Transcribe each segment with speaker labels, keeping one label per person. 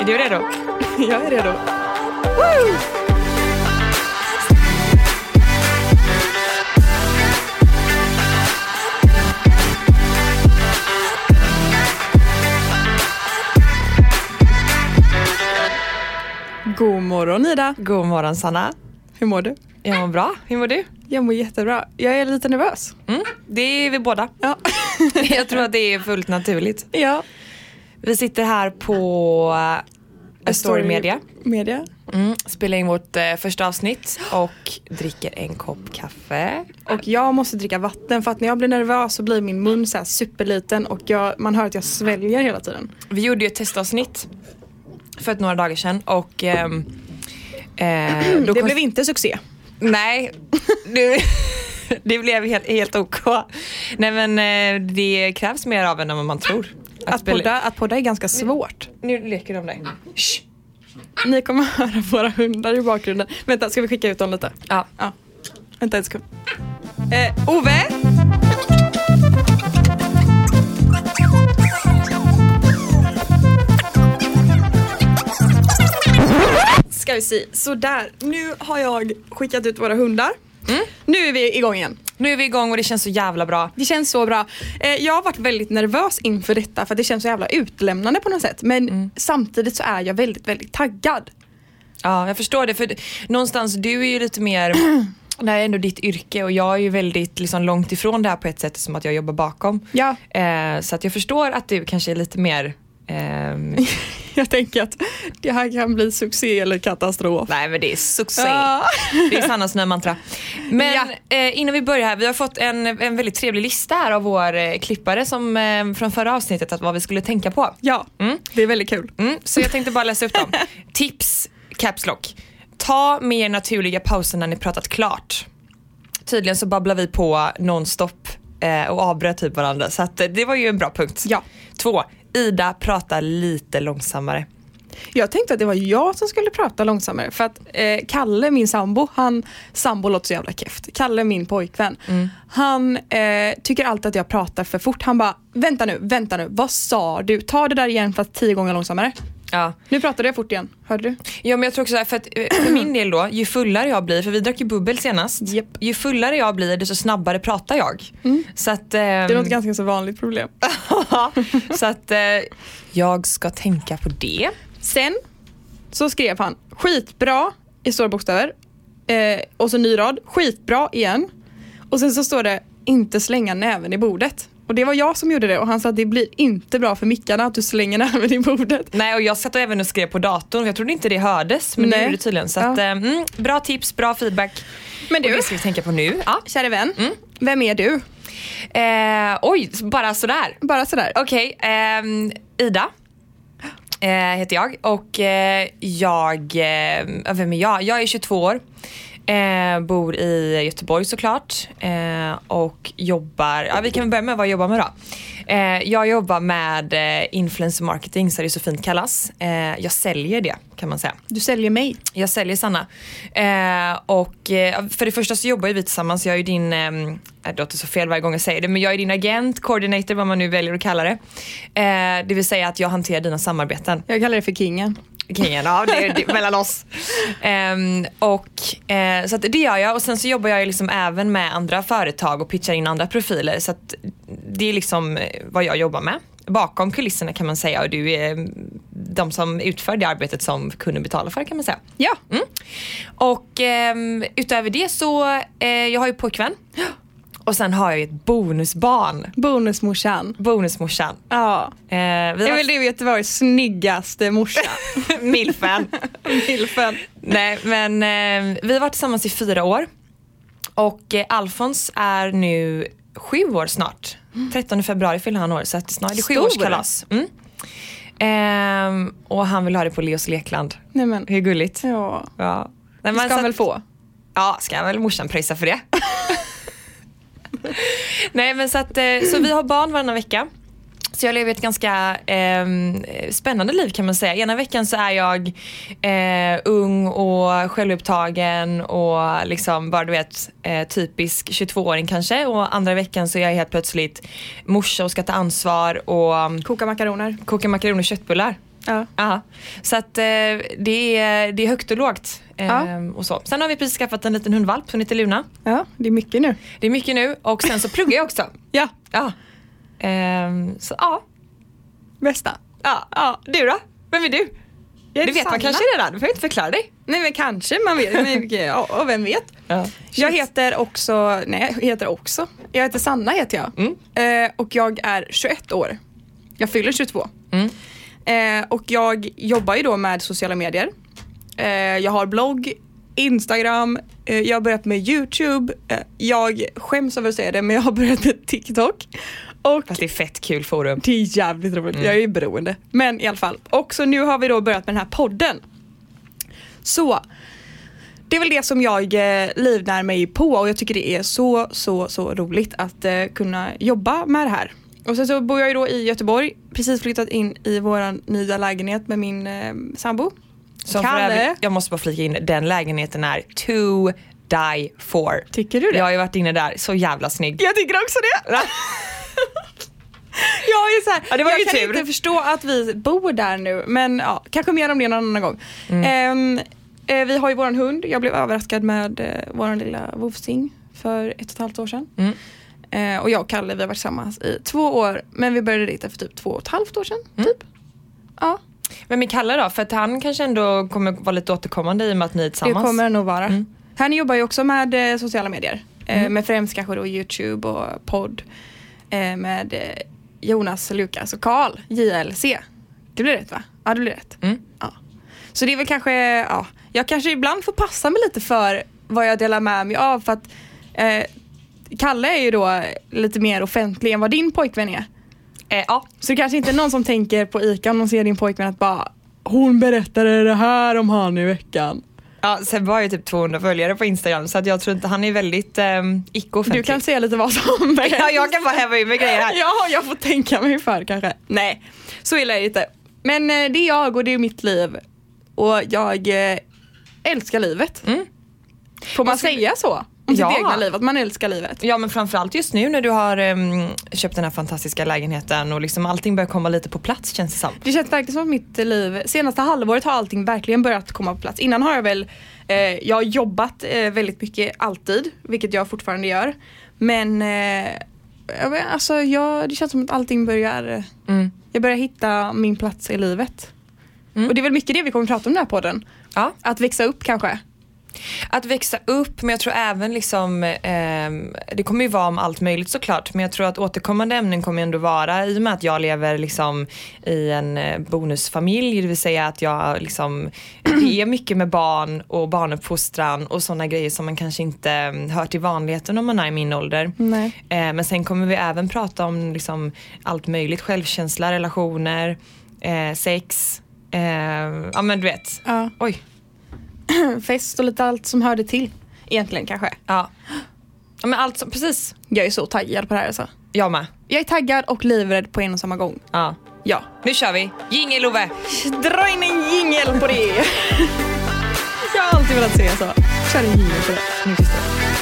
Speaker 1: Är du redo?
Speaker 2: Jag är redo. Woo! God morgon Ida.
Speaker 1: God morgon Sanna.
Speaker 2: Hur mår du?
Speaker 1: Jag mår bra. Hur mår du?
Speaker 2: Jag mår jättebra. Jag är lite nervös.
Speaker 1: Det är vi båda.
Speaker 2: Ja.
Speaker 1: Jag tror att det är fullt naturligt.
Speaker 2: Ja.
Speaker 1: Vi sitter här på Story Media. Spelar in vårt första avsnitt och dricker en kopp kaffe.
Speaker 2: Och jag måste dricka vatten för att när jag blir nervös så blir min mun så här superliten och man hör att jag sväljer hela tiden.
Speaker 1: Vi gjorde ju ett testavsnitt för några dagar sedan och
Speaker 2: det blev inte succé.
Speaker 1: Nej, det blev helt ok. Nej men det krävs mer av en än vad man tror.
Speaker 2: Att podda är ganska svårt.
Speaker 1: Nu leker de där. Shh.
Speaker 2: Ni kommer höra våra hundar i bakgrunden. Vänta, ska vi skicka ut dem lite?
Speaker 1: Ja.
Speaker 2: Vänta en sekund. Ove? Ska vi se. Så där. Nu har jag skickat ut våra hundar. Nu är vi igång igen.
Speaker 1: Nu är vi igång och det känns så jävla bra.
Speaker 2: Det känns så bra. Jag har varit väldigt nervös inför detta för det känns så jävla utlämnande på något sätt. Men samtidigt så är jag väldigt, väldigt taggad.
Speaker 1: Ja, jag förstår det. För någonstans, du är ju lite mer... Det här är ändå ditt yrke och jag är ju väldigt liksom, långt ifrån det här på ett sätt som att jag jobbar bakom.
Speaker 2: Ja.
Speaker 1: Så att jag förstår att du kanske är lite mer...
Speaker 2: Jag tänker att det här kan bli succé eller katastrof.
Speaker 1: Nej, men det är succé. Det är Sannas nya mantra. Men innan vi börjar här, vi har fått en väldigt trevlig lista här av vår klippare som från förra avsnittet att vad vi skulle tänka på.
Speaker 2: Ja, det är väldigt kul.
Speaker 1: Så jag tänkte bara läsa upp dem. Tips, caps lock. Ta mer naturliga pauser när ni pratat klart. Tydligen så babblar vi på nonstop och avbröt typ varandra. Så att, det var ju en bra punkt.
Speaker 2: Ja.
Speaker 1: 2. Ida pratar lite långsammare.
Speaker 2: Jag tänkte att det var jag som skulle prata långsammare. För att Kalle, min sambo låter så jävla keft. Kalle, min pojkvän. Han tycker alltid att jag pratar för fort. Han bara, vänta nu, vad sa du? Ta det där igen fast 10 gånger långsammare.
Speaker 1: Ja.
Speaker 2: Nu pratade jag fort igen, hörde du?
Speaker 1: Ja, men jag tror också att för min del då, ju fullare jag blir, för vi drack ju bubbel senast.
Speaker 2: Yep.
Speaker 1: Ju fullare jag blir, desto snabbare pratar jag. Så att, det
Speaker 2: är något ganska så vanligt problem.
Speaker 1: Så att jag ska tänka på det.
Speaker 2: Sen så skrev han skitbra i stora bokstäver. Och så ny rad, skitbra igen. Och sen så står det inte slänga näven i bordet. Och det var jag som gjorde det och han sa att det blir inte bra för mickarna att du slänger näven i bordet.
Speaker 1: Nej, och jag satt även och skrev på datorn. Jag trodde inte det hördes, men det gjorde det tydligen. Så att, bra tips, bra feedback.
Speaker 2: Men du,
Speaker 1: och det ska vi tänka på nu.
Speaker 2: Ja, kära vän, vem är du?
Speaker 1: Bara sådär.
Speaker 2: Bara sådär.
Speaker 1: Okej, Ida heter jag. Och vem är jag? Jag är 22 år. Bor i Göteborg såklart och jobbar, vi kan börja med vad jag jobbar med då. Jag jobbar med influencer marketing, så det så fint kallas. Jag säljer det, kan man säga.
Speaker 2: Du säljer mig?
Speaker 1: Jag säljer Sanna. Och för det första så jobbar vi tillsammans. Jag är ju din, det låter så fel varje gång jag säger det, men jag är din agent, coordinator, vad man nu väljer att kalla det. Det vill säga att jag hanterar dina samarbeten.
Speaker 2: Jag kallar det för kingen.
Speaker 1: Ja, det är mellan oss. Så att det gör jag. Och sen så jobbar jag liksom även med andra företag och pitchar in andra profiler. Så att det är liksom vad jag jobbar med. Bakom kulisserna kan man säga. Och du är de som utför det arbetet som kunden betalar för, kan man säga.
Speaker 2: Ja.
Speaker 1: Och utöver det så jag har ju pojkvän. Och sen har jag ju ett bonusbarn.
Speaker 2: Bonusmorsan. Ja. Jag vill du Göteborgs snyggaste morsa.
Speaker 1: Milfen. Nej, men vi har varit tillsammans i 4 år. Och Alfons är nu 7 år snart. 13 februari fyller han år, så att snart är det 7-årskalas. Och han vill ha det på Leos lekland.
Speaker 2: Nej, men.
Speaker 1: Hur gulligt.
Speaker 2: Ja.
Speaker 1: Nej,
Speaker 2: det ska han väl få?
Speaker 1: Ja, ska väl morsan pröjsa för det. Nej, men så vi har barn varannan vecka. Så jag lever ett ganska spännande liv, kan man säga. Ena veckan så är jag ung och självupptagen och liksom bara, du vet, typisk 22-åring kanske. Och andra veckan så är jag helt plötsligt morsa och ska ta ansvar och
Speaker 2: koka makaroner
Speaker 1: och köttbullar. Ja. Så att det är högt och lågt. Och så. Sen har vi precis skaffat en liten hundvalp som heter Luna.
Speaker 2: Ja, det är mycket nu.
Speaker 1: Det är mycket nu och sen så pluggar jag också.
Speaker 2: Ja.
Speaker 1: Så ja.
Speaker 2: Bästa.
Speaker 1: Ja. Du då? Vem är du? Det vet
Speaker 2: Sanna.
Speaker 1: man kanske redan, du får inte förklara dig.
Speaker 2: Nej men kanske, man vet. Men, vem vet?
Speaker 1: Ja.
Speaker 2: Jag heter Sanna heter jag. Och jag är 21 år. Jag fyller 22. Och jag jobbar ju då med sociala medier. Jag har blogg, Instagram, jag har börjat med YouTube. Jag skäms över att säga det, men jag har börjat med TikTok. Och
Speaker 1: fast det är fett kul forum.
Speaker 2: det är jävligt roligt, jag är ju beroende. Men i alla fall. Och så nu har vi då börjat med den här podden. Så det är väl det som jag livnär mig på. Och jag tycker det är så roligt att kunna jobba med det här. Och sen så bor jag ju då i Göteborg. Precis flyttat in i våran nya lägenhet med min sambo.
Speaker 1: Som Kalle. Jag måste bara flika in, den lägenheten är to die for.
Speaker 2: Tycker du det?
Speaker 1: Jag har ju varit inne där, så jävla snygg.
Speaker 2: Jag tycker också det. Jag är så här,
Speaker 1: ja, det var
Speaker 2: jag
Speaker 1: ju
Speaker 2: kan
Speaker 1: tur.
Speaker 2: inte förstå att vi bor där nu. Men ja, kanske mer om det någon annan gång. Vi har ju våran hund. Jag blev överraskad med våran lilla vovsing för 1,5 år sedan. Och jag och Kalle, vi har varit tillsammans i 2 år. Men vi började dejta för typ 2,5 år sedan. Typ. Ja.
Speaker 1: Men med Kalle då? För att han kanske ändå kommer vara lite återkommande i och med att ni är tillsammans.
Speaker 2: Det kommer han nog vara. Han jobbar ju också med sociala medier. Med främst kanske då YouTube och podd. Med Jonas, Lukas och Karl, JLC. Det blir rätt va? Ja, det blir rätt. Ja. Så det är väl kanske, jag kanske ibland får passa mig lite för vad jag delar med mig av. För att Kalle är ju då lite mer offentlig än vad din pojkvän är.
Speaker 1: Ja.
Speaker 2: Så det kanske inte är någon som tänker på Ica om de ser din pojkvän att bara, hon berättade det här om han i veckan.
Speaker 1: Ja, sen var ju typ 200 följare på Instagram, så att jag tror inte, han är väldigt icke-offentlig.
Speaker 2: Du kan säga lite vad som helst.
Speaker 1: Ja, jag kan bara häva in med grejer här.
Speaker 2: Ja, jag får tänka mig för kanske. Nej, så illa är det inte. Men det är jag och det är mitt liv. Och jag älskar livet. Får man säga så? Om sitt egna liv, att man älskar livet.
Speaker 1: Ja, men framförallt just nu när du har köpt den här fantastiska lägenheten och liksom allting börjar komma lite på plats, känns det som. Det
Speaker 2: känns verkligen som att mitt liv, senaste halvåret har allting verkligen börjat komma på plats. Innan har jag väl, jag har jobbat väldigt mycket alltid, vilket jag fortfarande gör. Men alltså det känns som att allting börjar, jag börjar hitta min plats i livet. Och det är väl mycket det vi kommer att prata om i den här podden.
Speaker 1: Ja.
Speaker 2: Att växa upp kanske.
Speaker 1: Att växa upp, men jag tror även liksom, det kommer ju vara om allt möjligt såklart, men jag tror att återkommande ämnen kommer ändå vara, i och med att jag lever liksom i en bonusfamilj, det vill säga att jag liksom, det är mycket med barn och barnuppfostran och sådana grejer som man kanske inte hör till vanligheten om man är i min ålder.
Speaker 2: Nej.
Speaker 1: Men sen kommer vi även prata om liksom allt möjligt, självkänsla, relationer, sex, ja men du vet.
Speaker 2: Ja.
Speaker 1: Oj.
Speaker 2: Fest och lite allt som hörde till. Egentligen kanske.
Speaker 1: Ja men allt som, precis.
Speaker 2: Jag är så taggad på det här alltså.
Speaker 1: Jag med.
Speaker 2: Jag är taggad och livrädd på en och samma gång. Ja.
Speaker 1: Nu kör vi. Jingle Love.
Speaker 2: Dra in en jingle på det. Jag har alltid velat säga så. Kör en jingle på det.
Speaker 1: Nu förstår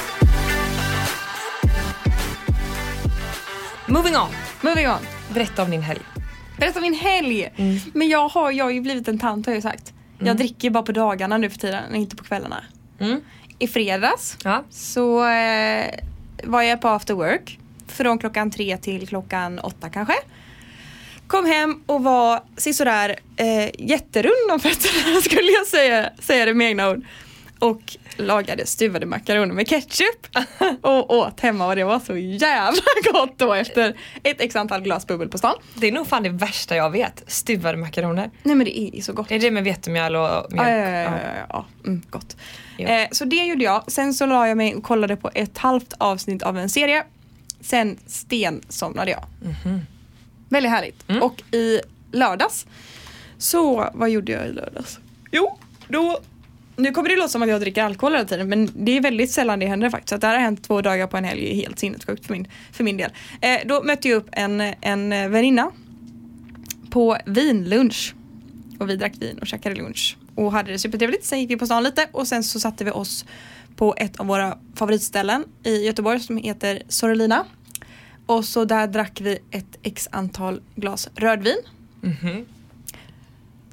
Speaker 1: jag. Moving on. Berätta om din helg. Men jag har ju blivit en tant, har jag sagt. Jag dricker bara på dagarna nu för tiden, inte på kvällarna. I fredags så var jag på after work. Från klockan 3 till klockan 8 kanske. Kom hem och var sådär jätterund om fötterna, skulle jag säga det med egna ord. Och lagade stuvade makaroner med ketchup. Och åt hemma, och det var så jävla gott då efter ett x antal glas bubbel på stan. Det är nog fan det värsta jag vet. Stuvade makaroner.
Speaker 2: Nej men det är så gott.
Speaker 1: Är det med vetemjöl och mjölk?
Speaker 2: Ja. Gott. Så det gjorde jag. Sen så la jag mig och kollade på ett halvt avsnitt av en serie. Sen somnade jag. Väldigt härligt. Och i lördags, så vad gjorde jag i lördags? Jo, nu kommer det låta som att jag dricker alkohol hela tiden, men det är väldigt sällan det händer faktiskt. Så att det här har hänt 2 dagar på en helg är helt sinnessjukt för min del. Då mötte jag upp en väninna på vinlunch. Och vi drack vin och käkade lunch. Och hade det supertrevligt. Sen gick vi på stan lite. Och sen så satte vi oss på ett av våra favoritställen i Göteborg som heter Sorolina. Och så där drack vi ett x antal glas rödvin.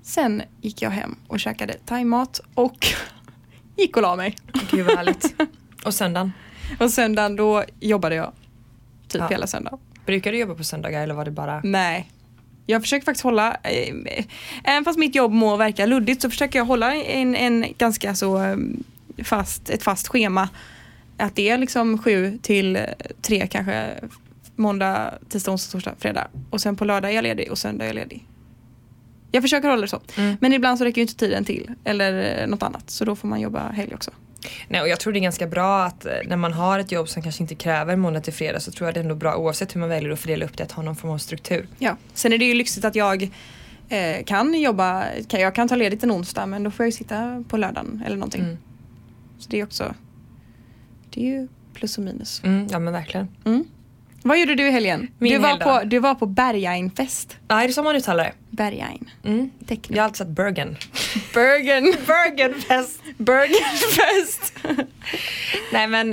Speaker 2: Sen gick jag hem och käkade thaimat och gick och la mig.
Speaker 1: Gud vad härligt. Och söndagen?
Speaker 2: Och söndagen då jobbade jag typ hela söndagen.
Speaker 1: Brukar du jobba på söndagar eller var det bara?
Speaker 2: Nej. Jag försöker faktiskt hålla, även fast mitt jobb må verka luddigt så försöker jag hålla en ganska så ett fast schema. Att det är liksom 7 till 3 kanske måndag, tisdag, onsdag, torsdag, fredag. Och sen på lördag är jag ledig och söndag är jag ledig. Jag försöker hålla det så. Men ibland så räcker ju inte tiden till. Eller något annat. Så då får man jobba helg också.
Speaker 1: Nej, och jag tror det är ganska bra att när man har ett jobb som kanske inte kräver måndag till fredag så tror jag det är ändå bra oavsett hur man väljer att fördela upp det att ha någon form av struktur.
Speaker 2: Ja, sen är det ju lyxigt att jag kan jobba, jag kan ta ledigt en onsdag men då får jag ju sitta på lördagen eller någonting. Så det är också, det är ju plus och minus.
Speaker 1: Ja men verkligen.
Speaker 2: Vad gjorde du i helgen? Du var på Berghainfest.
Speaker 1: Ja, är det som man uttalar det?
Speaker 2: Berghain.
Speaker 1: Jag har alltid sagt Bergen.
Speaker 2: Bergenfest. Bergenfest.
Speaker 1: Nej men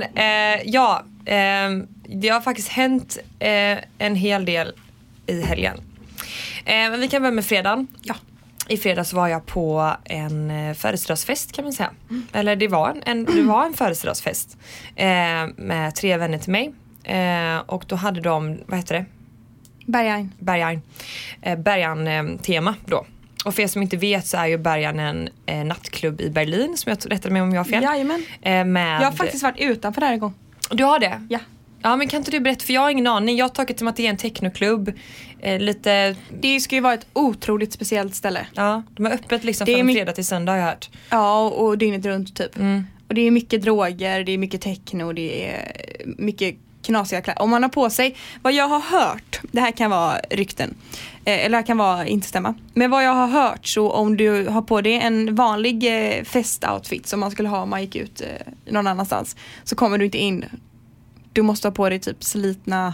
Speaker 1: det har faktiskt hänt en hel del i helgen. Men vi kan börja med fredagen.
Speaker 2: Ja.
Speaker 1: I fredags var jag på en födelsedagsfest kan man säga. Eller det var en födelsedagsfest med 3 vänner till mig. Och då hade de, vad heter det? Berghain tema då. Och för er som inte vet så är ju Berghain en nattklubb i Berlin som jag rättade mig om jag har fel.
Speaker 2: Jajamän. Jag har faktiskt varit utanför där en gång.
Speaker 1: Du har det?
Speaker 2: Ja.
Speaker 1: Ja, men kan inte du berätta, för jag har ingen aning. Jag har tagit som att det är en technoklubb.
Speaker 2: Det ska ju vara ett otroligt speciellt ställe.
Speaker 1: Ja, de har öppet liksom från fredag till söndag har jag hört.
Speaker 2: Ja, och dygnet runt typ. Och det är mycket droger, det är mycket techno, det är mycket knasiga kläder. Om man har på sig, vad jag har hört, det här kan vara rykten, eller det här kan vara inte stämma. Men vad jag har hört så om du har på dig en vanlig festoutfit som man skulle ha om man gick ut någon annanstans så kommer du inte in. Du måste ha på dig typ slitna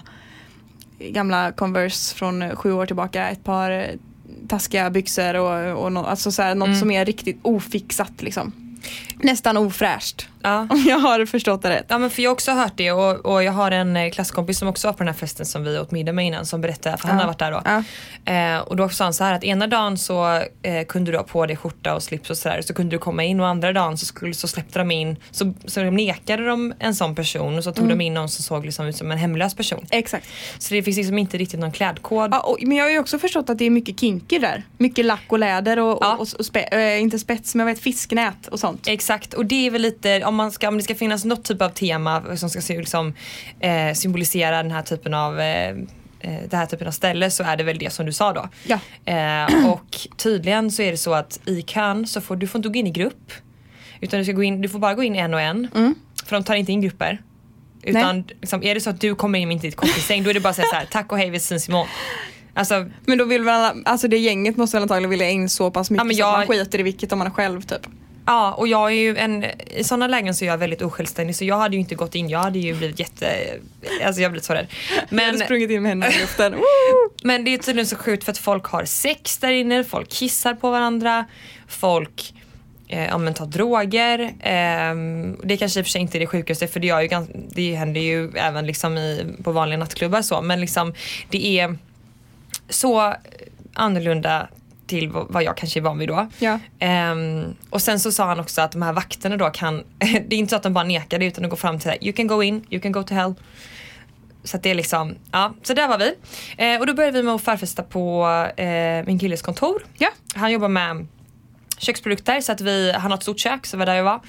Speaker 2: gamla Converse från 7 år tillbaka, ett par taskiga byxor och alltså så här, något som är riktigt ofixat liksom. Nästan ofräscht.
Speaker 1: Ja.
Speaker 2: Om jag har förstått det rätt.
Speaker 1: Ja, men för jag har också hört det och jag har en klasskompis som också var på den här festen som vi åt middag med innan som berättade för han har varit där då. Och då sa han så här att ena dagen så kunde du ha på dig skjorta och slips och sådär så kunde du komma in och andra dagen så släppte de in så nekade de en sån person och så tog de in någon som såg liksom ut som en hemlös person.
Speaker 2: Exakt.
Speaker 1: Så det finns liksom inte riktigt någon klädkod.
Speaker 2: Ja, men jag har ju också förstått att det är mycket kinky där. Mycket lack och läder och inte spets men fisknät och sånt.
Speaker 1: Exakt, och det är väl lite om det ska finnas något typ av tema som ska liksom, symbolisera den här typen av det här typen av ställe så är det väl det som du sa då.
Speaker 2: Ja.
Speaker 1: Och tydligen så är det så att i kön så får du inte gå in i grupp utan du får bara gå in en och en för de tar inte in grupper. Utan liksom, är det så att du kommer in i ditt kompissäng då är det bara att säga så här, tack och hej vi syns imorgon. Alltså,
Speaker 2: men då vill väl det gänget måste väl antagligen vilja in så pass mycket så att man skiter i vilket om man är själv typ.
Speaker 1: Ja, och jag är ju i sådana lägen så är jag väldigt osjälvständig så jag hade ju inte gått in, jag hade ju blivit jag har blivit så rädd.
Speaker 2: Men jag hade sprungit in med henne i luften.
Speaker 1: Men det är tydligen så sjukt för att folk har sex där inne, folk kissar på varandra, folk tar droger. Det kanske i och för sig inte är det sjukaste för det händer ju även liksom på vanliga nattklubbar så, men liksom det är så annorlunda till vad jag kanske är van vid då.
Speaker 2: Ja.
Speaker 1: Och sen så sa han också att de här vakterna då kan det är inte så att de bara nekar det utan de går fram till you can go in, you can go to hell. Så att det är liksom, ja, så där var vi. Och då började vi med att förfesta på min killes kontor. Ja. Han jobbar med köksprodukter så att han har ett stort kök så var där jag var.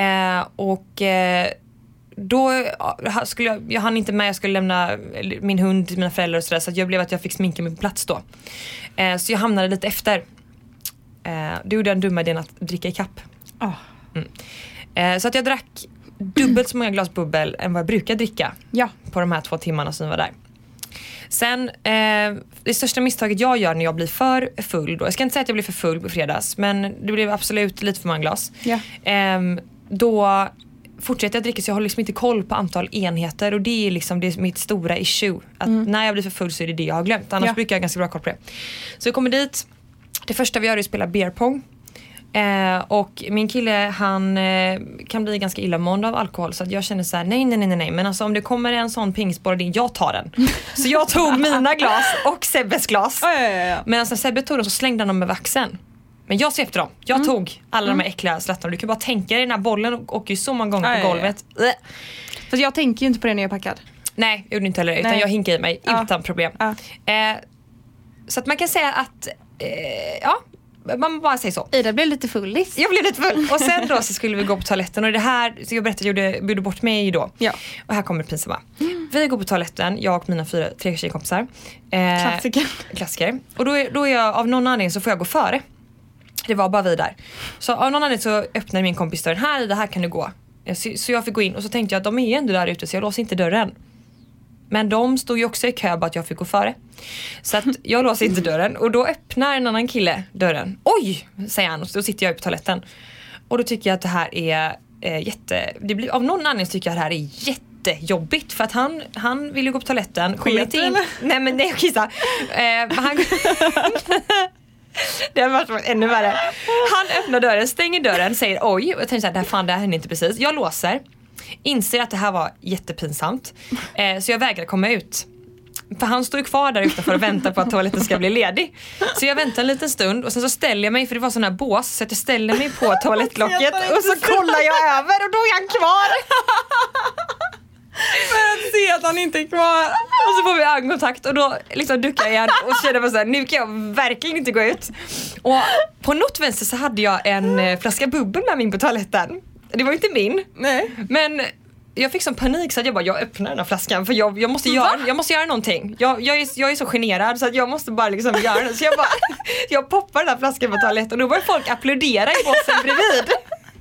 Speaker 1: Då jag hann inte med, jag skulle lämna min hund till mina föräldrar och sådär så att jag blev att jag fick sminka mig på plats då. Så jag hamnade lite efter. Då gjorde jag en dumma idén att dricka i kapp. Så att jag drack dubbelt så många glas bubbel än vad jag brukar dricka på de här 2 timmarna som jag var där. Sen, det största misstaget jag gör när jag blir för full då, jag ska inte säga att jag blev för full på fredags men det blev absolut lite för många glas. Då fortsätter jag dricka så jag har liksom inte koll på antal enheter och det är liksom det är mitt stora issue. Att när jag blir för full så är det jag har glömt. Annars brukar jag ganska bra koll på det. Så jag kommer dit. Det första vi gör är att spela beer pong. Och min kille han kan bli ganska illamående av alkohol så att jag känner så här: nej men alltså om det kommer en sån pingisboll jag tar den. Så jag tog mina glas och Sebbes glas. Men alltså Sebbe tog dem så slängde han dem med vaxen. Men jag ser efter dem. Jag tog alla de här äckliga slattarna. Du kan bara tänka dig, den här bollen åker ju så många gånger på golvet.
Speaker 2: För jag tänker ju inte på det när jag är packad.
Speaker 1: Nej, jag gjorde inte heller det. Utan jag hinkar i mig utan problem. Så att man kan säga att man bara säger så.
Speaker 2: Ida blev lite fullis.
Speaker 1: Jag blev lite full. Och sen då så skulle vi gå på toaletten. Och det här, så jag berättade att jag bjöd bort mig då.
Speaker 2: Ja.
Speaker 1: Och här kommer det pinsamma. Vi går på toaletten, jag och mina 3 tjejkompisar. Klassiker. Och då är jag, av någon anledning så får jag gå före. Det var bara vi där. Så av någon anledning så öppnade min kompis dörren. Här kan du gå. Så jag fick gå in och så tänkte jag att de är ändå där ute så jag låser inte dörren. Men de stod ju också i kö bara att jag fick gå före. Så att jag låser inte dörren. Och då öppnar en annan kille dörren. Oj, säger han. Och då sitter jag på toaletten. Och då tycker jag att det här är av någon anledning tycker jag att det här är jättejobbigt. För att han vill ju gå på toaletten. Kommer inte in. Nej men nej, kissa. Det har varit ännu värre. Han öppnar dörren, stänger dörren, säger oj. Och jag tänkte såhär, det här hände inte precis. Jag låser. Inser att det här var jättepinsamt. Så jag vägrar komma ut. För han står ju kvar där ute för att vänta på att toaletten ska bli ledig. Så jag väntar en liten stund och sen så ställer jag mig, för det var sån här bås, så att jag ställer mig på toalettlocket och så kollar jag över och då är han kvar.
Speaker 2: För att se att han inte är kvar.
Speaker 1: Och så får vi ögonkontakt och då liksom duckar jag igen och känner mig så här, nu kan jag verkligen inte gå ut. Och på något vänster så hade jag en flaska bubbel med mig på toaletten. Det var inte min.
Speaker 2: Nej.
Speaker 1: Men jag fick sån panik så att jag öppnar den här flaskan för jag måste göra någonting. Jag är så generad så att jag måste bara liksom göra det. Så jag poppar den här flaskan på toaletten och då börjar folk applådera i båsen bredvid.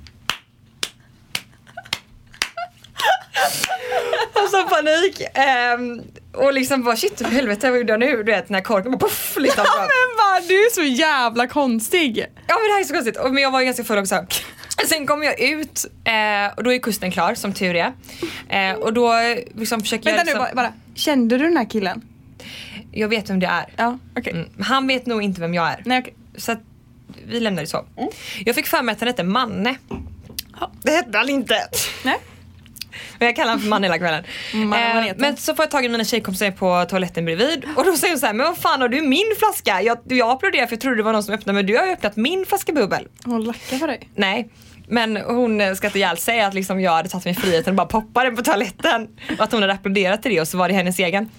Speaker 1: Och så panik. Och liksom bara shit, helvete, vad gjorde jag nu? Du vet, när korken bara puff liksom.
Speaker 2: Ja, men vad, du är så jävla konstig.
Speaker 1: Ja, men det här är så konstigt. Men jag var ju ganska full också. Sen kom jag ut och då är kusten klar, som tur är. Och då liksom försöker
Speaker 2: jag... Vänta nu, bara. Kände du den här killen?
Speaker 1: Jag vet vem det är.
Speaker 2: Ja, okej.
Speaker 1: Han vet nog inte vem jag är.
Speaker 2: Nej, okej.
Speaker 1: Så att vi lämnar det så. Jag fick för mig att han hette Manne. Det hette han inte. Nej. Men jag kallar honom för man hela kvällen. Men så får jag tag i mina tjejkompisar på toaletten bredvid. Och då säger hon så här, men vad fan har du min flaska? Jag applåderar för jag trodde det var någon som öppnade. Men du har ju öppnat min flaska bubbel.
Speaker 2: Hon lackar för dig.
Speaker 1: Nej, men hon ska inte ihjäl säga att liksom jag hade tagit mig friheten och bara poppa den på toaletten. Och att hon hade applåderat till det och så var det hennes egen.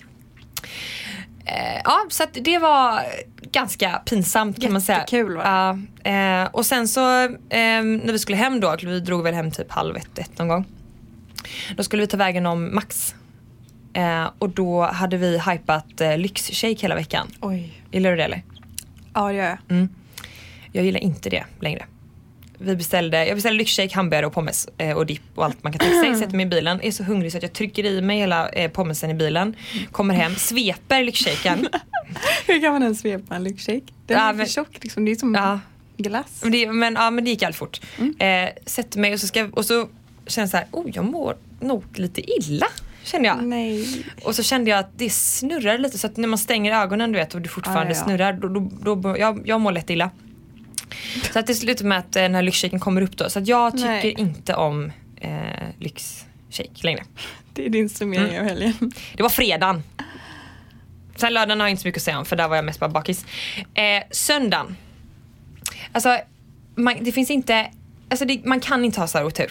Speaker 1: Ja, så att det var ganska pinsamt kan man säga.
Speaker 2: Jättekul var
Speaker 1: det. Och sen så när vi skulle hem då, vi drog väl hem typ 12:30 någon gång. Då skulle vi ta vägen om Max. Och då hade vi hypat lyxshake hela veckan.
Speaker 2: Oj.
Speaker 1: Gillar du det eller?
Speaker 2: Ja, det gör jag.
Speaker 1: Jag gillar inte det längre. Jag beställde lyxshake, hamburgare och pommes och dipp och allt man kan tänka sig. Sätter mig i bilen, är så hungrig så att jag trycker i mig hela pommesen i bilen. Kommer hem, sveper lyxshaken.
Speaker 2: Hur kan man ens svepa en lyxshake? Den är för tjock liksom, det är som glass.
Speaker 1: Men det gick allt fort. Sätter mig och så känner jag så här, jag mår nog lite illa, känner jag.
Speaker 2: Nej. Och
Speaker 1: så kände jag att det snurrar lite så att när man stänger ögonen du vet och du fortfarande snurrar då jag mår lätt illa. Så att det slutar med att den här lyxshaken kommer upp då. Så att jag tycker inte om lyxshake längre.
Speaker 2: Det är din summering av helgen.
Speaker 1: Det var fredagen. Sen lördagen har jag inte så mycket att säga om för där var jag mest bara bakis. Söndagen. Alltså det finns inte, alltså man kan inte ha så här otur.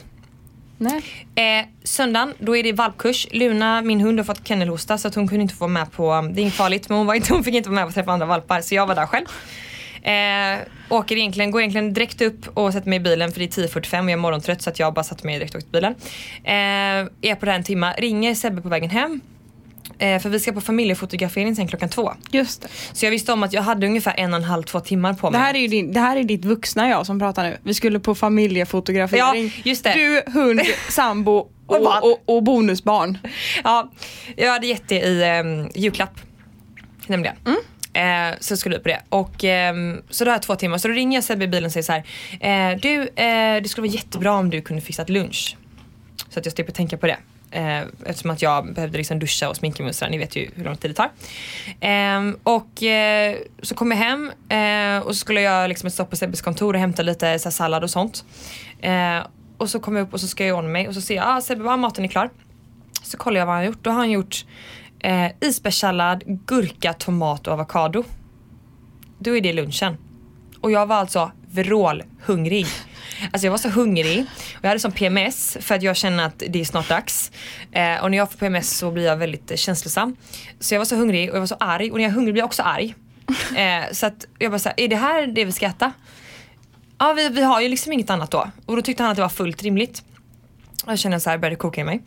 Speaker 2: Nej.
Speaker 1: Söndagen, då är det valpkurs. Luna, min hund, har fått kennelhosta så att hon kunde inte få vara med på, det är inte farligt, men hon fick inte vara med på att träffa andra valpar så jag var där själv. Går egentligen direkt upp och sätter mig i bilen för det är 10:45 och jag är morgontrött så att jag bara satt mig direkt och åkte bilen. Är på det här en timme, ringer Sebbe på vägen hem. För vi ska på familjefotografering sen 2:00.
Speaker 2: Just det.
Speaker 1: Så jag visste om att jag hade ungefär 1,5-2 timmar på mig.
Speaker 2: Det här är ditt vuxna jag som pratar nu. Vi skulle på familjefotografering.
Speaker 1: Ja, just det.
Speaker 2: Du, hund, sambo och bonusbarn.
Speaker 1: Ja, jag hade gett det i julklapp. Nämligen. Så skulle vi på det. Och så då har jag 2 timmar. Så då ringer jag Sebbe i bilen och säger så här. Det skulle vara jättebra om du kunde fixa ett lunch. Så att jag slipper tänka på det. Eftersom att jag behövde liksom duscha och sminka mig och sådär. Ni vet ju hur lång tid det tar. Så kom jag hem och så skulle jag liksom stoppa på Sebbes kontor och hämta lite så här, sallad och sånt. Och så kom jag upp och så ska jag ordna mig. Och så ser jag, Sebbe, maten är klar. Så kollar jag vad han har gjort. Då har han gjort isbergssallad, gurka, tomat och avokado. Då är det lunchen. Och jag var alltså vrålhungrig. Alltså jag var så hungrig. Och jag hade som PMS för att jag känner att det är snart dags. Och när jag får PMS så blir jag väldigt känslosam. Så jag var så hungrig och jag var så arg. Och när jag är hungrig blir jag också arg. Så att jag bara så här, är det här det vi ska äta? Ja, vi har ju liksom inget annat då. Och då tyckte han att det var fullt rimligt. Och jag kände så här, började koka i mig.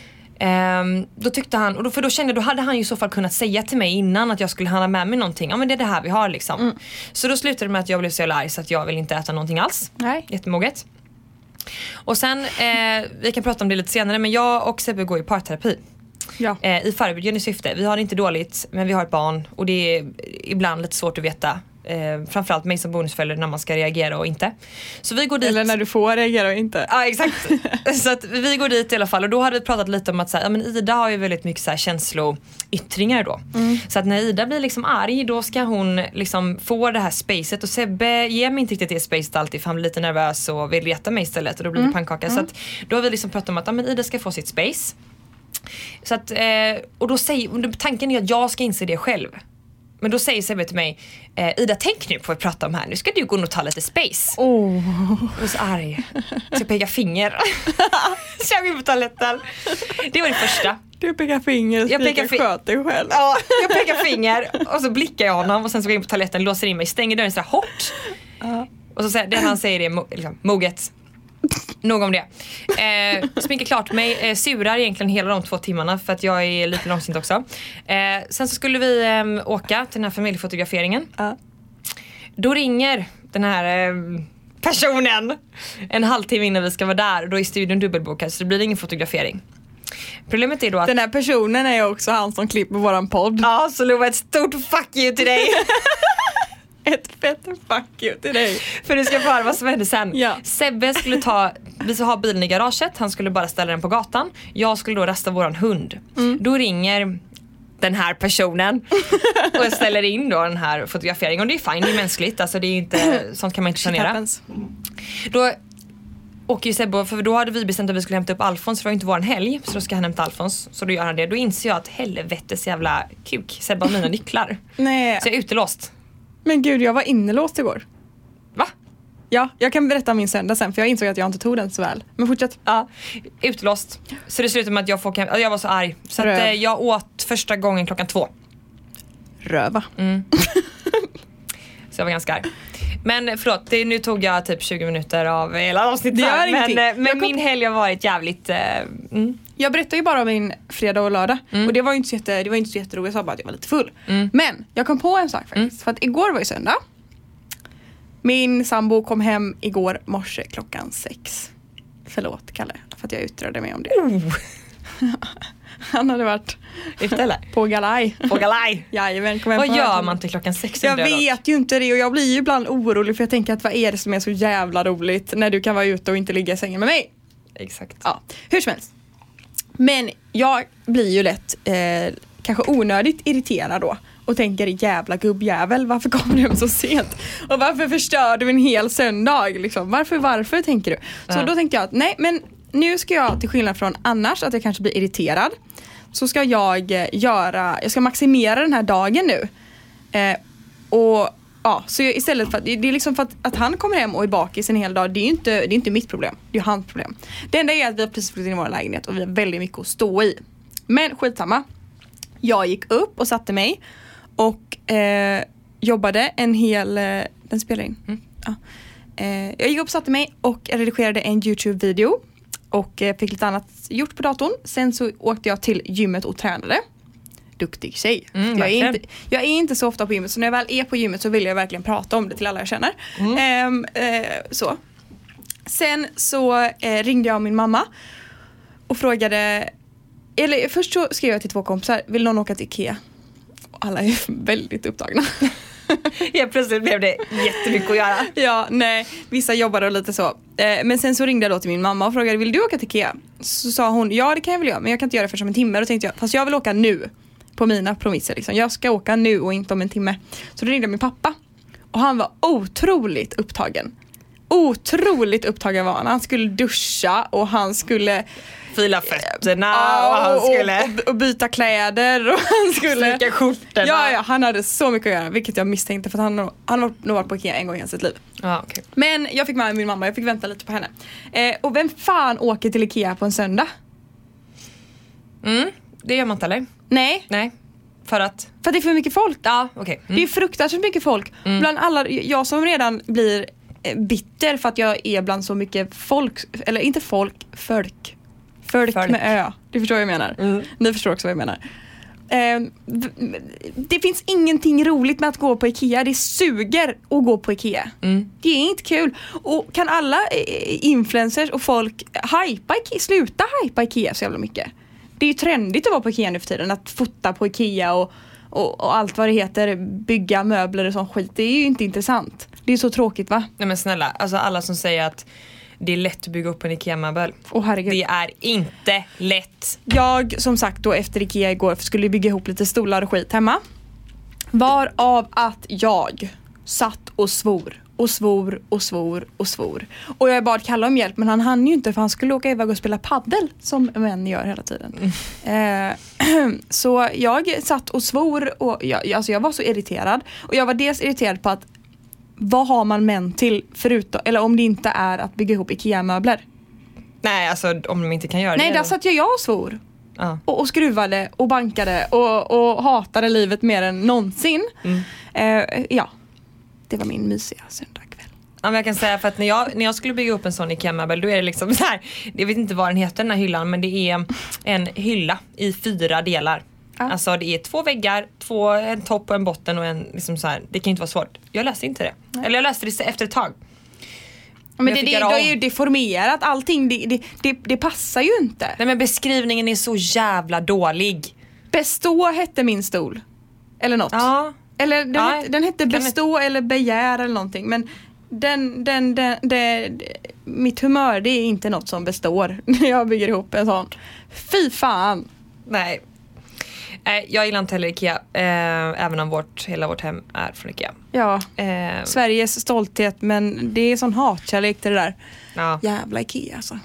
Speaker 1: Då tyckte han, och då kände jag, då hade han ju i så fall kunnat säga till mig innan att jag skulle handla med mig någonting. Ja, men det är det här vi har liksom. Så då slutade det med att jag blev så arg så att jag vill inte äta någonting alls.
Speaker 2: Nej.
Speaker 1: Jättemoget. Och sen, vi kan prata om det lite senare, men jag och Sebbe går i parterapi.
Speaker 2: Ja.
Speaker 1: I förebyggande syfte. Vi har det inte dåligt, men vi har ett barn och det är ibland lite svårt att veta. Framförallt mig som bonusförälder när man ska reagera och inte. Så vi går dit.
Speaker 2: Eller när du får reagera och inte.
Speaker 1: Ja, exakt. Så att vi går dit i alla fall. Och då hade vi pratat lite om att så här, ja, men Ida har ju väldigt mycket så här känsloyttringar då. Så att när Ida blir liksom arg, då ska hon liksom få det här spacet. Och Sebbe ger mig inte riktigt det spacet alltid, för han blir lite nervös och vill reta mig istället. Och då blir det pannkaka. Så att då har vi liksom pratat om att ja, men Ida ska få sitt space. Så att, och då säger, tanken är att jag ska inse det själv. Men då säger Sebbe till mig, Ida, tänk nu på vad vi pratar om här. Nu ska du gå och ta lite space. Jag är så arg. Så jag pekar finger. Så jag går in på toaletten. Det var det första.
Speaker 2: Du pekar finger och sköt dig själv.
Speaker 1: Ja, jag pekar finger och så blickar jag honom. Och sen så går jag in på toaletten, låser in mig, stänger dörren så här hårt. Och så säger det han säger är liksom, moget. Nog om det. Sminkar klart mig, surar egentligen hela de 2 timmarna för att jag är lite långsint också. Sen så skulle vi åka till den här familjefotograferingen. Då ringer den här personen en halvtimme innan vi ska vara där. Och då är studion dubbelbokad, så det blir ingen fotografering. Problemet är då att
Speaker 2: den här personen är också han som klipper våran podd.
Speaker 1: Ja, så Lova, ett stort fuck you till dig.
Speaker 2: Ett fett fuck you till dig.
Speaker 1: För du ska få höra vad som hände sen.
Speaker 2: Ja.
Speaker 1: Sebbe skulle vi ska ha bilen i garaget. Han skulle bara ställa den på gatan. Jag skulle då rasta våran hund. Då ringer den här personen och jag ställer in då den här fotograferingen. Och det är fine, det är mänskligt. Alltså det är inte, sånt kan man inte planera. Då åker ju Sebbe, för då hade vi bestämt att vi skulle hämta upp Alfons. För det var inte våran helg, så då ska han hämta Alfons. Så då gör han det. Då inser jag att helvetes jävla kuk, Sebbe har mina nycklar.
Speaker 2: Nej.
Speaker 1: Så jag är utelåst.
Speaker 2: Men gud, jag var inlåst igår.
Speaker 1: Va?
Speaker 2: Ja, jag kan berätta om min söndag sen, för jag insåg att jag inte tog den så väl. Men fortsätt.
Speaker 1: Ja, utlåst. Så det slutade med att jag var så arg. Så att, jag åt första gången 2:00.
Speaker 2: Röva.
Speaker 1: Så jag var ganska arg. Men förlåt, nu tog jag typ 20 minuter av hela avsnittet. Men min helg har varit jävligt...
Speaker 2: Jag berättade ju bara om min fredag och lördag. Och det var ju inte så jätteroligt. Jag sa bara att jag var lite full. Men jag kom på en sak faktiskt. För att igår var ju söndag. Min sambo kom hem igår morse 6:00. Förlåt, Kalle, för att jag utredde mig om det. Han hade varit på galaj.
Speaker 1: På galaj?
Speaker 2: Jajamän,
Speaker 1: vad gör man till 6:00?
Speaker 2: Jag vet ju inte det, och jag blir ju ibland orolig, för jag tänker att vad är det som är så jävla roligt när du kan vara ute och inte ligga i sängen med mig?
Speaker 1: Exakt.
Speaker 2: Ja, hur som helst. Men jag blir ju lätt kanske onödigt irriterad då. Och tänker, jävla gubbjävel, varför kommer du hem så sent? Och varför förstör du en hel söndag? Liksom? Varför tänker du? Så då tänkte jag att nej, men nu ska jag, till skillnad från annars att jag kanske blir irriterad, så ska jag ska maximera den här dagen nu. Och ja, så istället för att, det är liksom för att han kommer hem och är bakis en hel dag, det är inte mitt problem, det är hans problem. Det enda är att vi har precis flyttat in i vår lägenhet och vi har väldigt mycket att stå i. Men skitsamma. Jag gick upp och satte mig och jobbade en hel... den spelar in. Ja. Jag gick upp och satte mig och redigerade en YouTube-video och fick lite annat gjort på datorn. Sen så åkte jag till gymmet och tränade. Duktig tjej. Jag är inte så ofta på gymmet, så när jag väl är på gymmet så vill jag verkligen prata om det till alla jag känner. Så. Sen så ringde jag min mamma och frågade... Eller först så skrev jag till 2 kompisar, vill någon åka till Ikea? Alla är väldigt upptagna.
Speaker 1: Ja, plötsligt blev det jättemycket att göra.
Speaker 2: Ja, nej, vissa jobbade och lite så. Men sen så ringde jag då till min mamma och frågade, vill du åka till Ikea? Så sa hon, ja det kan jag väl göra, men jag kan inte göra det för en timme. Då tänkte jag, fast jag vill åka nu. På mina promisser liksom. Jag ska åka nu och inte om en timme. Så då ringde min pappa. Och han var otroligt upptagen. otroligt upptagen var han. Han skulle duscha och han skulle
Speaker 1: fila fötterna och han skulle
Speaker 2: och byta kläder och han skulle
Speaker 1: stryka skjortorna.
Speaker 2: Ja, han hade så mycket att göra, vilket jag misstänkte för att han har nog varit på Ikea en gång i hans liv.
Speaker 1: Okay.
Speaker 2: Men jag fick med min mamma, jag fick vänta lite på henne. Och vem fan åker till Ikea på en söndag?
Speaker 1: Det gör man inte, eller?
Speaker 2: Nej.
Speaker 1: För att
Speaker 2: det är för mycket folk.
Speaker 1: Ja, okej.
Speaker 2: Det är fruktansvärt mycket folk. Bland alla, jag som redan blir bitter för att jag är bland så mycket folk, eller inte folk med ö. Du förstår vad jag menar. Ni förstår också vad jag menar. Det finns ingenting roligt med att gå på Ikea. Det suger att gå på Ikea. Det är inte kul. Och kan alla influencers och folk sluta hypa Ikea så jävla mycket? Det är ju trendigt att vara på Ikea nu för tiden. Att fota på Ikea och allt vad det heter. Bygga möbler och sån skit. Det är ju inte intressant. Det är så tråkigt, va?
Speaker 1: Nej men snälla, alltså alla som säger att det är lätt att bygga upp en Ikea-möbel.
Speaker 2: Herregud.
Speaker 1: Det är inte lätt.
Speaker 2: Jag, som sagt då efter Ikea igår skulle bygga ihop lite stolar och skit hemma. Varav att jag satt och svor. Och jag bad Kalle om hjälp, men han hann ju inte för han skulle åka iväg och spela paddel som män gör hela tiden. Så jag satt och svor och jag var så irriterad. Och jag var dels irriterad på att vad har man män till förutom, eller om det inte är att bygga ihop Ikea-möbler?
Speaker 1: Nej, alltså om de inte kan göra det.
Speaker 2: Nej, där satt jag och svor.
Speaker 1: Ja.
Speaker 2: Och skruvade och bankade och hatade livet mer än någonsin. Det var min mysiga söndagkväll.
Speaker 1: Ja, men jag kan säga för att när jag skulle bygga upp en sån Ikea-möbel, då är det liksom så här, jag vet inte vad den heter den här hyllan, men det är en hylla i 4 delar. Ja. Alltså det är 2 väggar, en topp och en botten och en liksom så här, det kan inte vara svårt. Jag läste inte det. Nej. Eller jag läste det efter ett tag.
Speaker 2: Men det är ju deformerat allting, det passar ju inte.
Speaker 1: Nej, men beskrivningen är så jävla dålig.
Speaker 2: Bestå hette min stol. Eller något.
Speaker 1: Ja.
Speaker 2: Eller den hette bestå eller begär eller någonting. Men mitt humör, det är inte något som består när jag bygger ihop en sån. Fy fan.
Speaker 1: Nej. Jag gillar inte heller Ikea, även om hela vårt hem är från Ikea.
Speaker 2: Ja, Sveriges stolthet, men det är sån hatkärlek till det där. Ja. Jävla Ikea alltså.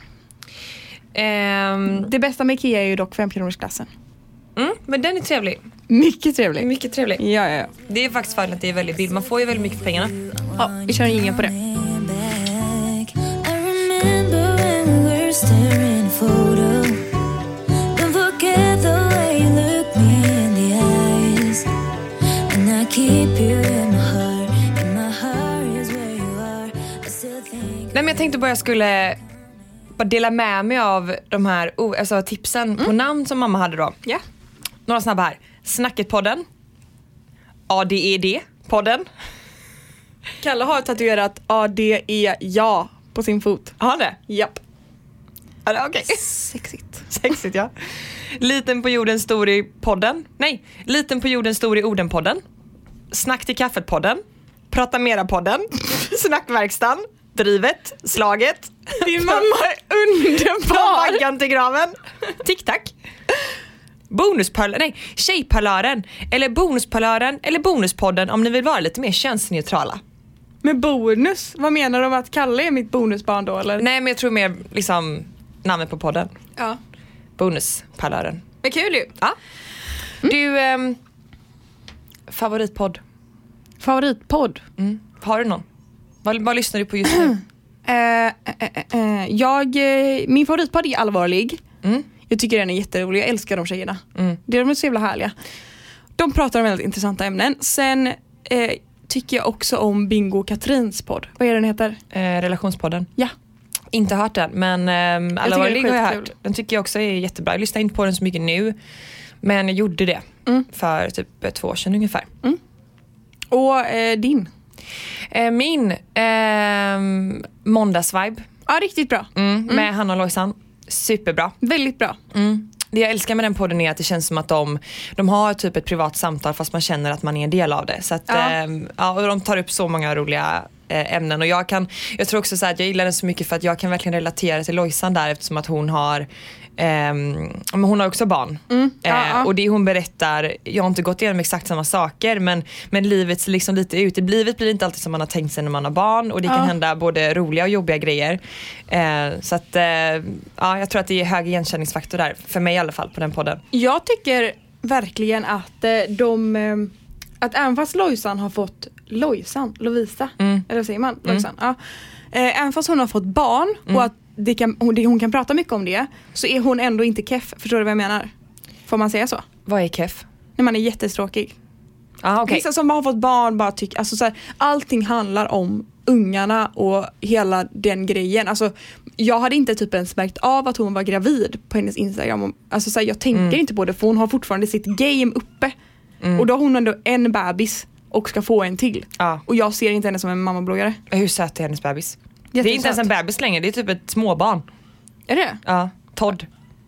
Speaker 2: Det bästa med Ikea är ju dock 5-kronorsklassen.
Speaker 1: Men den är trevlig.
Speaker 2: Mycket trevlig.
Speaker 1: Mycket trevlig.
Speaker 2: Ja.
Speaker 1: Det är faktiskt för att det är väldigt billigt. Man får ju väldigt mycket för pengarna.
Speaker 2: Ja, vi kör ingen på det.
Speaker 1: Nej, men jag tänkte bara jag skulle dela med mig av de här tipsen på namn som mamma hade då.
Speaker 2: Ja.
Speaker 1: Några snabba här. Snacket-podden. ADED-podden.
Speaker 2: Kalle har tatuerat ADE-ja på sin fot.
Speaker 1: Har han det?
Speaker 2: Japp.
Speaker 1: Okej. Sexigt, ja. Liten på jorden, stor i podden. Nej, Liten på jorden, stor i orden-podden. Snack till kaffet-podden. Prata mera-podden. Snackverkstan. Drivet. Slaget.
Speaker 2: Din mamma är underbar.
Speaker 1: Vaggan till graven. Tic-tac. Tjejparlören. Eller bonusparlören. Eller bonuspodden om ni vill vara lite mer könsneutrala.
Speaker 2: Med bonus? Vad menar de att Kalle är mitt bonusbarn då, eller?
Speaker 1: Nej, men jag tror mer liksom namnet på podden.
Speaker 2: Ja.
Speaker 1: Bonusparlören.
Speaker 2: Men kul ju.
Speaker 1: Ja. Du, favoritpodd? Har du någon? Vad lyssnar du på just nu?
Speaker 2: Min favoritpodd är Allvarlig. Jag tycker den är jätterolig. Jag älskar de tjejerna. De är så jävla härliga. De pratar om väldigt intressanta ämnen. Sen tycker jag också om Bingo och Katrins podd. Vad är den heter?
Speaker 1: Relationspodden.
Speaker 2: Ja.
Speaker 1: Inte hört den, men Allvarlig har jag hört. Den tycker jag också är jättebra. Jag lyssnar inte på den så mycket nu, men jag gjorde det för typ 2 år sedan ungefär.
Speaker 2: Och din?
Speaker 1: Min måndagsvibe.
Speaker 2: Ja, riktigt bra.
Speaker 1: Med Hanna och Lojsan. Superbra.
Speaker 2: Väldigt bra.
Speaker 1: Det jag älskar med den podden är att det känns som att de har typ ett privat samtal fast man känner att man är en del av det. Så att, och de tar upp så många roliga ämnen. Och jag tror också så här att jag gillar den så mycket för att jag kan verkligen relatera till Lojsan där, eftersom att hon har hon har också barn. Och det hon berättar, jag har inte gått igenom exakt samma saker, men livet ser liksom lite ut. Livet blir inte alltid som man har tänkt sig när man har barn, och det kan hända både roliga och jobbiga grejer. Så att jag tror att det är hög igenkänningsfaktor där, för mig i alla fall, på den podden.
Speaker 2: Jag tycker verkligen att att även fast Lovisa eller vad säger man? Lojsan, även fast hon har fått barn och att hon kan prata mycket om det, så är hon ändå inte keff. Förstår du vad jag menar? Får man säga så?
Speaker 1: Vad är keff?
Speaker 2: När man är jättestråkig.
Speaker 1: Okay.
Speaker 2: Vissa som har fått barn bara tycker, alltså så här, allting handlar om ungarna och hela den grejen. Alltså, jag hade inte typ ens märkt av att hon var gravid på hennes Instagram. Alltså, så här, jag tänker inte på det, för hon har fortfarande sitt game uppe. Och då har hon ändå en bebis och ska få en till. Och jag ser inte henne som en mammabloggare.
Speaker 1: Hur söt är hennes bebis? Det är inte ens en bebis längre, det är typ ett småbarn.
Speaker 2: Är det?
Speaker 1: Ja, Ted.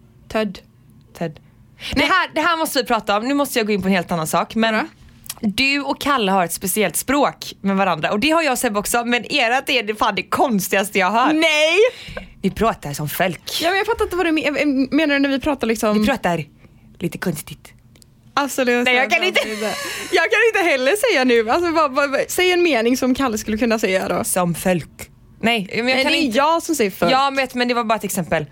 Speaker 1: Det här måste vi prata om. Nu måste jag gå in på en helt annan sak. Men du och Kalle har ett speciellt språk med varandra. Och det har jag och Seb också. Men ert är det fan det konstigaste jag har hört.
Speaker 2: Nej!
Speaker 1: Vi pratar som folk.
Speaker 2: Ja, men jag fattar inte vad du menar när vi pratar liksom.
Speaker 1: Vi pratar lite konstigt.
Speaker 2: Alltså,
Speaker 1: nej, jag kan inte
Speaker 2: heller säga nu. Alltså, säg en mening som Kalle skulle kunna säga då.
Speaker 1: Som folk. Nej, men
Speaker 2: jag kan inte. Jag som säger folk.
Speaker 1: Ja, men det var bara ett exempel.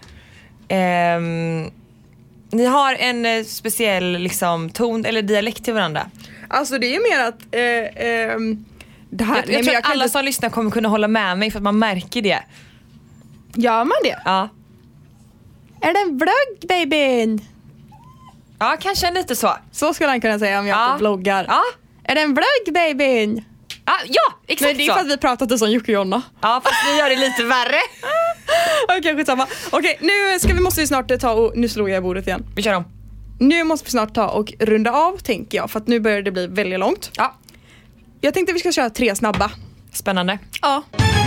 Speaker 1: Ni har en speciell liksom ton eller dialekt till varandra.
Speaker 2: Alltså det är mer att det här,
Speaker 1: jag tror att alla som lyssnar kommer kunna hålla med mig, för att man märker det.
Speaker 2: Gör man det?
Speaker 1: Ja.
Speaker 2: Är det en vlogg, babyn?
Speaker 1: Ja, kanske lite så.
Speaker 2: Så skulle han kunna säga om jag vloggar.
Speaker 1: Ja.
Speaker 2: Är det en vlogg, babyn?
Speaker 1: Ja, exakt så.
Speaker 2: Men det är för att vi pratat som Jocke och Jonna.
Speaker 1: Ja, fast vi gör det lite värre.
Speaker 2: Okej, skitsamma. Okej, nu måste vi snart ta och... Nu slår jag i bordet igen.
Speaker 1: Vi kör om.
Speaker 2: Nu måste vi snart ta och runda av, tänker jag. För att nu börjar det bli väldigt långt.
Speaker 1: Ja.
Speaker 2: Jag tänkte vi ska köra 3 snabba.
Speaker 1: Spännande.
Speaker 2: Ja.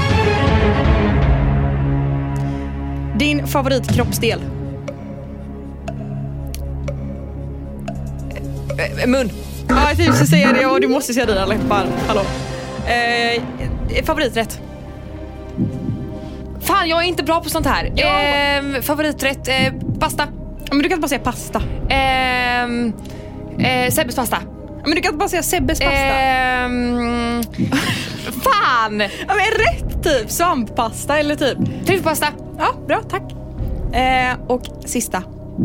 Speaker 2: Din favoritkroppsdel?
Speaker 1: Mun.
Speaker 2: Ja, jag tänkte säga det, och du måste säga dina läppar. Hallå. Favoriträtt?
Speaker 1: Fan, jag är inte bra på sånt här. Ja. Favoriträtt, pasta.
Speaker 2: Men du kan inte bara säga pasta.
Speaker 1: Sebbes pasta.
Speaker 2: Men du kan inte bara säga Sebbes pasta.
Speaker 1: Fan!
Speaker 2: Ja, men rätt typ. Svamppasta eller typ
Speaker 1: tryffpasta.
Speaker 2: Ja, bra, tack. Och sista.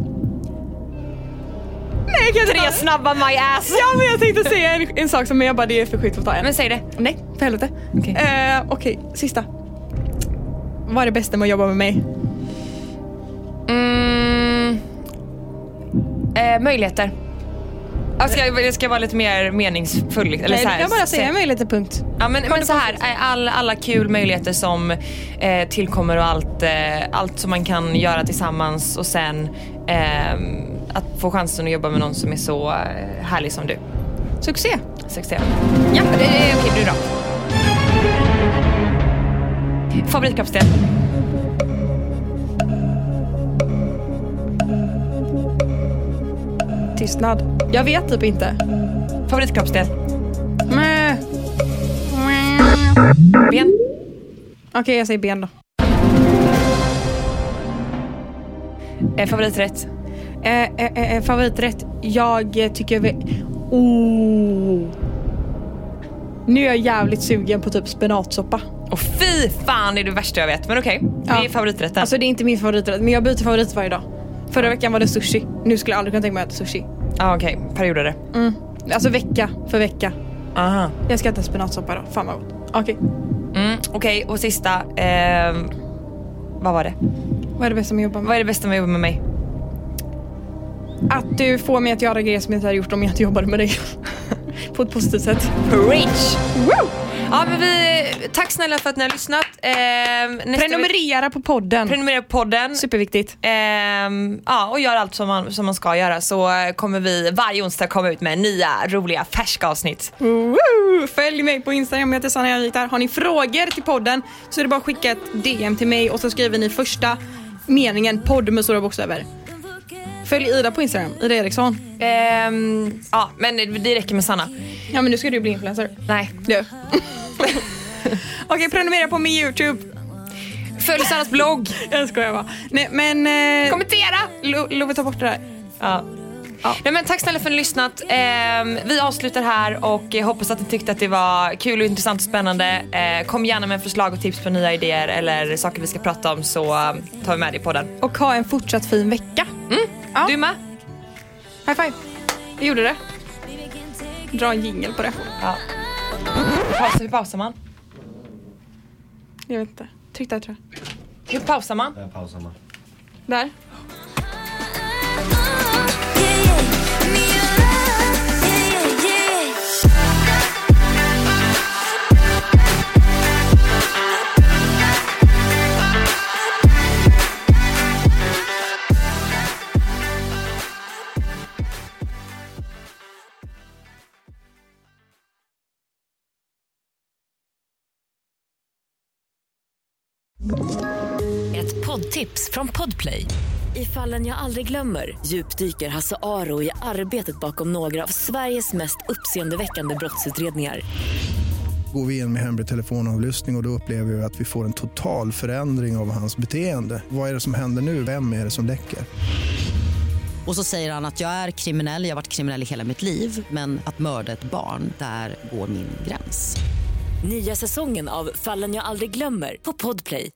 Speaker 2: Nej, jag kan
Speaker 1: 3 snabba my ass.
Speaker 2: Ja, men jag tänkte säga en sak som jag bara, det är för skit att ta en.
Speaker 1: Men säg det.
Speaker 2: Nej, för helvete. Okej, sista. Vad är det bästa med att jobba med mig?
Speaker 1: Möjligheter. Alltså, jag ska vara lite mer meningsfull. Eller
Speaker 2: nej,
Speaker 1: så här,
Speaker 2: jag bara säga möjligheter, punkt.
Speaker 1: Ja, men så här, alla kul möjligheter som tillkommer, och allt som man kan göra tillsammans, och sen att få chansen att jobba med någon som är så härlig som du.
Speaker 2: Succé.
Speaker 1: Ja, det är okej, du då. Favoritkroppsdel?
Speaker 2: Tystnad. Jag vet typ inte.
Speaker 1: Favoritkroppsdel? Ben?
Speaker 2: Okej, jag säger ben då.
Speaker 1: Favoriträtt?
Speaker 2: Favoriträtt. Jag tycker nu är jag jävligt sugen på typ spenatsoppa.
Speaker 1: Och fy fan, det är det värsta jag vet. Men okej, det är favoriträtten.
Speaker 2: Alltså det är inte min favoriträtt, men jag byter favorit varje dag. Förra veckan var det sushi. Nu skulle jag aldrig kunna tänka mig att äta sushi.
Speaker 1: Okej, perioder.
Speaker 2: Alltså vecka för vecka.
Speaker 1: Aha.
Speaker 2: Jag ska äta spenatsoppa då, fan vad gott.
Speaker 1: Okej, och sista, vad var det?
Speaker 2: Vad är det bästa med att jobba med?
Speaker 1: Vad är det bästa med att jobba med mig?
Speaker 2: Att du får mig att göra grejer som jag inte hade gjort om jag inte jobbade med dig. På ett positivt sätt.
Speaker 1: Preach!
Speaker 2: Woo!
Speaker 1: Ja, men tack snälla för att ni har lyssnat.
Speaker 2: Prenumerera på podden.
Speaker 1: Prenumerera på podden.
Speaker 2: Superviktigt.
Speaker 1: Och gör allt som man ska göra, så kommer vi varje onsdag komma ut med nya, roliga, färska avsnitt.
Speaker 2: Woo! Följ mig på Instagram, jag heter Sanna Henrik. Har ni frågor till podden så är det bara att skicka ett DM till mig, och så skriver ni första meningen podd med stora bokstäver. Följ Ida på Instagram, Ida Eriksson.
Speaker 1: Men det räcker med Sanna.
Speaker 2: Ja, men nu ska du bli influencer.
Speaker 1: Nej.
Speaker 2: Ja. Okej, prenumerera på min YouTube.
Speaker 1: Följ Sannas blogg.
Speaker 2: Jag skojar bara. Nej, men...
Speaker 1: Kommentera!
Speaker 2: Love, ta bort det där.
Speaker 1: Ja. Nej, men tack snälla för att ni lyssnat. Vi avslutar här och hoppas att ni tyckte att det var kul och intressant och spännande. Kom gärna med förslag och tips på nya idéer eller saker vi ska prata om, så tar vi med det på den.
Speaker 2: Och ha en fortsatt fin vecka.
Speaker 1: Ja. Du med?
Speaker 2: High five. Jag gjorde det. Dra en jingle på det.
Speaker 1: Ja. Hur pausar man?
Speaker 2: Jag vet inte. Tryck där, tror jag.
Speaker 1: Hur pausar man?
Speaker 3: Där pausar man.
Speaker 2: Där.
Speaker 4: Ett poddtips från Podplay. I Fallen jag aldrig glömmer djupdyker Hasse Aro i arbetet bakom några av Sveriges mest uppseendeväckande brottsutredningar.
Speaker 5: Går vi in med hemlig telefonavlyssning och då upplever vi att vi får en total förändring av hans beteende. Vad är det som händer nu? Vem är det som läcker?
Speaker 6: Och så säger han att jag är kriminell, jag har varit kriminell i hela mitt liv. Men att mörda ett barn, där går min gräns.
Speaker 4: Nya säsongen av Fallen jag aldrig glömmer på Podplay.